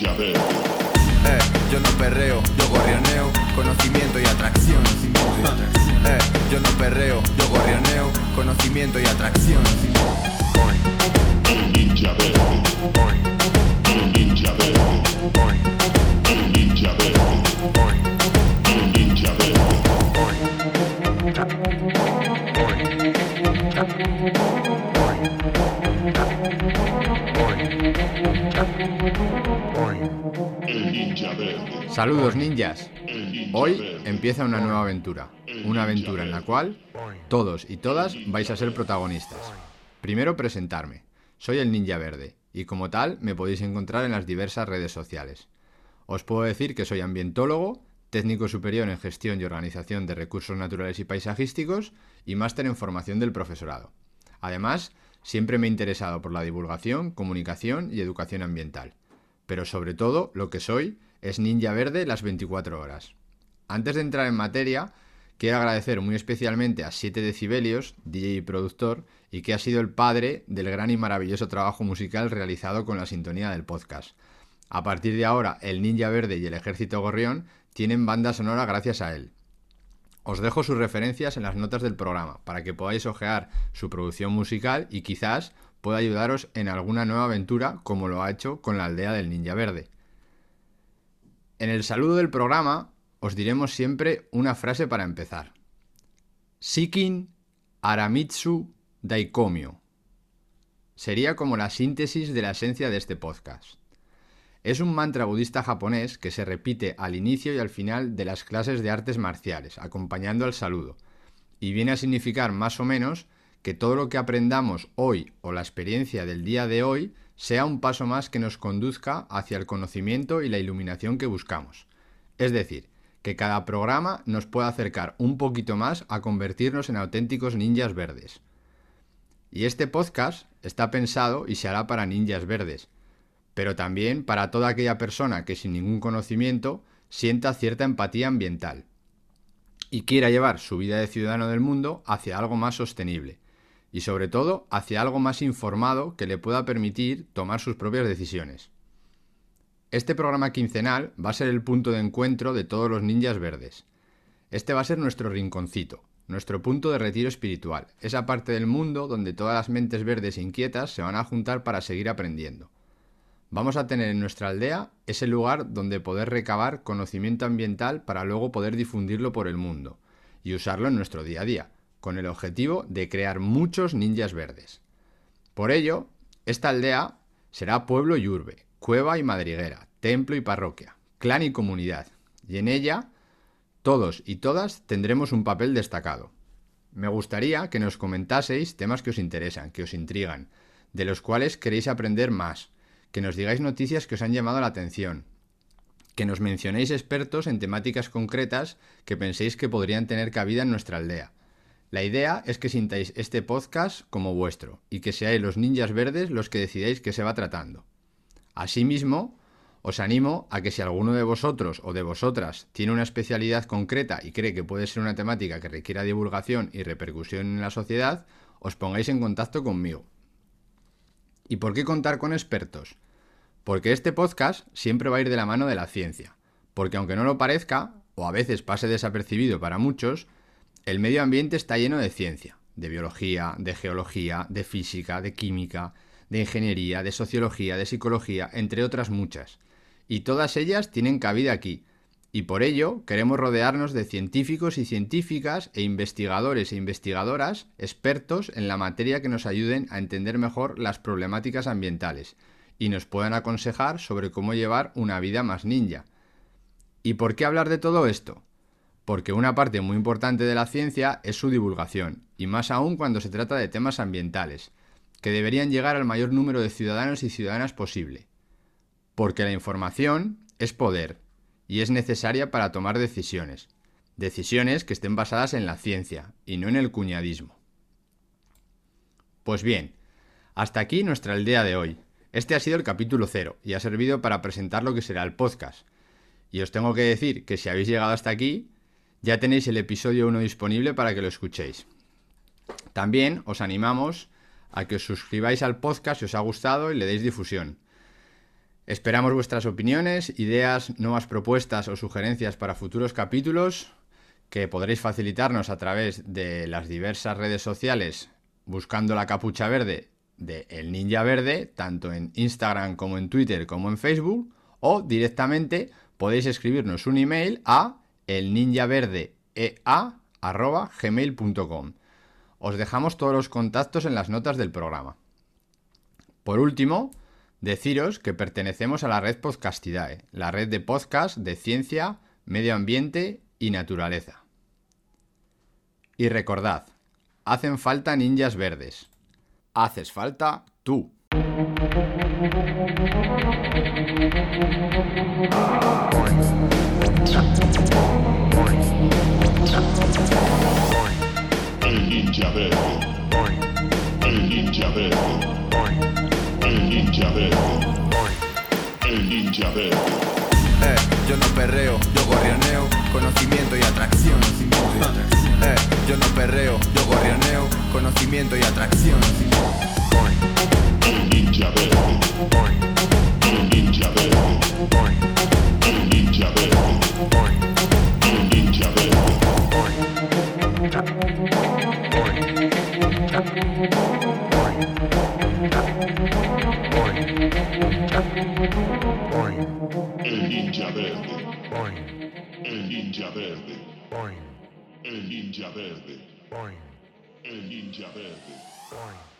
Yo no perreo, yo gorrioneo, conocimiento y atracción. Yo no perreo, yo gorrioneo, conocimiento y atracción. El ninja verde. El ninja verde. El ninja verde. El ninja verde. El ninja verde. Saludos ninjas. El ninja Hoy verde. empieza una nueva aventura. Una aventura en la cual todos y todas vais a ser protagonistas. Primero presentarme. Soy el Ninja Verde y como tal me podéis encontrar en las diversas redes sociales. Os puedo decir que soy ambientólogo, técnico superior en gestión y organización de recursos naturales y paisajísticos y máster en formación del profesorado. Además, siempre me he interesado por la divulgación, comunicación y educación ambiental. Pero sobre todo, lo que soy es Ninja Verde las 24 horas. Antes de entrar en materia, quiero agradecer muy especialmente a 7 Decibelios, DJ y productor, y que ha sido el padre del gran y maravilloso trabajo musical realizado con la sintonía del podcast. A partir de ahora, el Ninja Verde y el Ejército Gorrión tienen banda sonora gracias a él. Os dejo sus referencias en las notas del programa para que podáis ojear su producción musical y quizás pueda ayudaros en alguna nueva aventura como lo ha hecho con la aldea del Ninja Verde. En el saludo del programa os diremos siempre una frase para empezar. Shikin Aramitsu Daikomyo. Sería como la síntesis de la esencia de este podcast. Es un mantra budista japonés que se repite al inicio y al final de las clases de artes marciales, acompañando al saludo, y viene a significar más o menos que todo lo que aprendamos hoy o la experiencia del día de hoy sea un paso más que nos conduzca hacia el conocimiento y la iluminación que buscamos. Es decir, que cada programa nos pueda acercar un poquito más a convertirnos en auténticos ninjas verdes. Y este podcast está pensado y se hará para ninjas verdes, pero también para toda aquella persona que sin ningún conocimiento sienta cierta empatía ambiental y quiera llevar su vida de ciudadano del mundo hacia algo más sostenible y sobre todo hacia algo más informado que le pueda permitir tomar sus propias decisiones. Este programa quincenal va a ser el punto de encuentro de todos los ninjas verdes. Este va a ser nuestro rinconcito, nuestro punto de retiro espiritual, esa parte del mundo donde todas las mentes verdes e inquietas se van a juntar para seguir aprendiendo. Vamos a tener en nuestra aldea ese lugar donde poder recabar conocimiento ambiental para luego poder difundirlo por el mundo y usarlo en nuestro día a día, con el objetivo de crear muchos ninjas verdes. Por ello, esta aldea será pueblo y urbe, cueva y madriguera, templo y parroquia, clan y comunidad, y en ella todos y todas tendremos un papel destacado. Me gustaría que nos comentaseis temas que os interesan, que os intrigan, de los cuales queréis aprender más, que nos digáis noticias que os han llamado la atención, que nos mencionéis expertos en temáticas concretas que penséis que podrían tener cabida en nuestra aldea. La idea es que sintáis este podcast como vuestro y que seáis los ninjas verdes los que decidáis qué se va tratando. Asimismo, os animo a que si alguno de vosotros o de vosotras tiene una especialidad concreta y cree que puede ser una temática que requiera divulgación y repercusión en la sociedad, os pongáis en contacto conmigo. ¿Y por qué contar con expertos? Porque este podcast siempre va a ir de la mano de la ciencia, porque aunque no lo parezca, o a veces pase desapercibido para muchos, el medio ambiente está lleno de ciencia, de biología, de geología, de física, de química, de ingeniería, de sociología, de psicología, entre otras muchas, y todas ellas tienen cabida aquí, y por ello queremos rodearnos de científicos y científicas e investigadores e investigadoras expertos en la materia que nos ayuden a entender mejor las problemáticas ambientales y nos puedan aconsejar sobre cómo llevar una vida más ninja. ¿Y por qué hablar de todo esto? Porque una parte muy importante de la ciencia es su divulgación, y más aún cuando se trata de temas ambientales, que deberían llegar al mayor número de ciudadanos y ciudadanas posible. Porque la información es poder, y es necesaria para tomar decisiones que estén basadas en la ciencia y no en el cuñadismo. Pues bien, hasta aquí nuestra aldea de hoy. Este ha sido el capítulo 0 y ha servido para presentar lo que será el podcast. Y os tengo que decir que si habéis llegado hasta aquí, ya tenéis el episodio 1 disponible para que lo escuchéis. También os animamos a que os suscribáis al podcast si os ha gustado y le deis difusión. Esperamos vuestras opiniones, ideas, nuevas propuestas o sugerencias para futuros capítulos que podréis facilitarnos a través de las diversas redes sociales buscando la capucha verde de El Ninja Verde, tanto en Instagram como en Twitter como en Facebook, o directamente podéis escribirnos un email a elninjaverdea@gmail.com. Os dejamos todos los contactos en las notas del programa. Por último, deciros que pertenecemos a la red Podcastidae, la red de podcast de ciencia, medio ambiente y naturaleza. Y recordad, hacen falta ninjas verdes. Haces falta tú. El Ninja Verde. El Ninja Verde. El Ninja Verde. El Ninja Verde. Yo no perreo, yo gorrioneo, conocimiento y atracción. Yo no perreo, yo gorrioneo, conocimiento y atracción. El Ninja Verde. El Ninja Verde. El Ninja Verde. El Ninja Verde. El Ninja Verde. El Ninja Verde. El Ninja Verde. El Ninja Verde.